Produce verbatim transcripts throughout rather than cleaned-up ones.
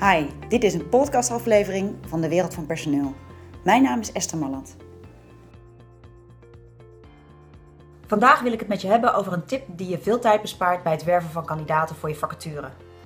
Hi, dit is een podcastaflevering van de Wereld van Personeel. Mijn naam is Esther Malland. Vandaag wil ik het met je hebben over een tip die je veel tijd bespaart bij het werven van kandidaten voor je vacature.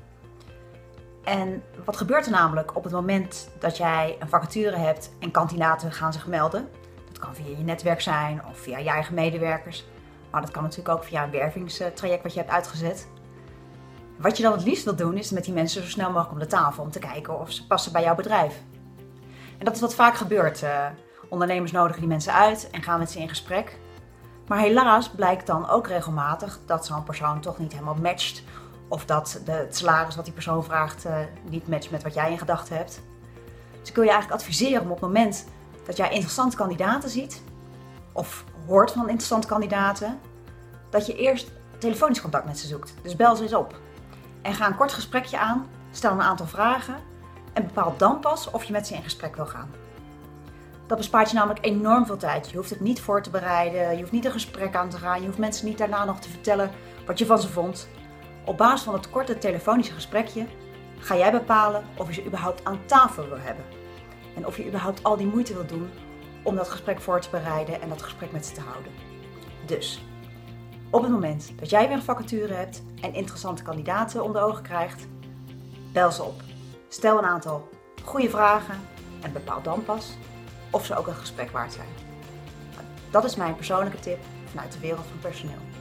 En wat gebeurt er namelijk op het moment dat jij een vacature hebt en kandidaten gaan zich melden? Dat kan via je netwerk zijn of via je eigen medewerkers. Maar dat kan natuurlijk ook via een wervingstraject wat je hebt uitgezet. Wat je dan het liefst wilt doen is met die mensen zo snel mogelijk om de tafel om te kijken of ze passen bij jouw bedrijf. En dat is wat vaak gebeurt. Uh, ondernemers nodigen die mensen uit en gaan met ze in gesprek. Maar helaas blijkt dan ook regelmatig dat zo'n persoon toch niet helemaal matcht. Of dat de, het salaris wat die persoon vraagt uh, niet matcht met wat jij in gedachten hebt. Dus ik wil je eigenlijk adviseren om op het moment dat jij interessante kandidaten ziet. Of hoort van interessante kandidaten. Dat je eerst telefonisch contact met ze zoekt. Dus bel ze eens op. En ga een kort gesprekje aan, stel een aantal vragen en bepaal dan pas of je met ze in gesprek wil gaan. Dat bespaart je namelijk enorm veel tijd. Je hoeft het niet voor te bereiden, je hoeft niet een gesprek aan te gaan, je hoeft mensen niet daarna nog te vertellen wat je van ze vond. Op basis van het korte telefonische gesprekje ga jij bepalen of je ze überhaupt aan tafel wil hebben. En of je überhaupt al die moeite wil doen om dat gesprek voor te bereiden en dat gesprek met ze te houden. Dus op het moment dat jij weer een vacature hebt en interessante kandidaten onder ogen krijgt, bel ze op. Stel een aantal goede vragen en bepaal dan pas of ze ook een gesprek waard zijn. Dat is mijn persoonlijke tip vanuit de wereld van personeel.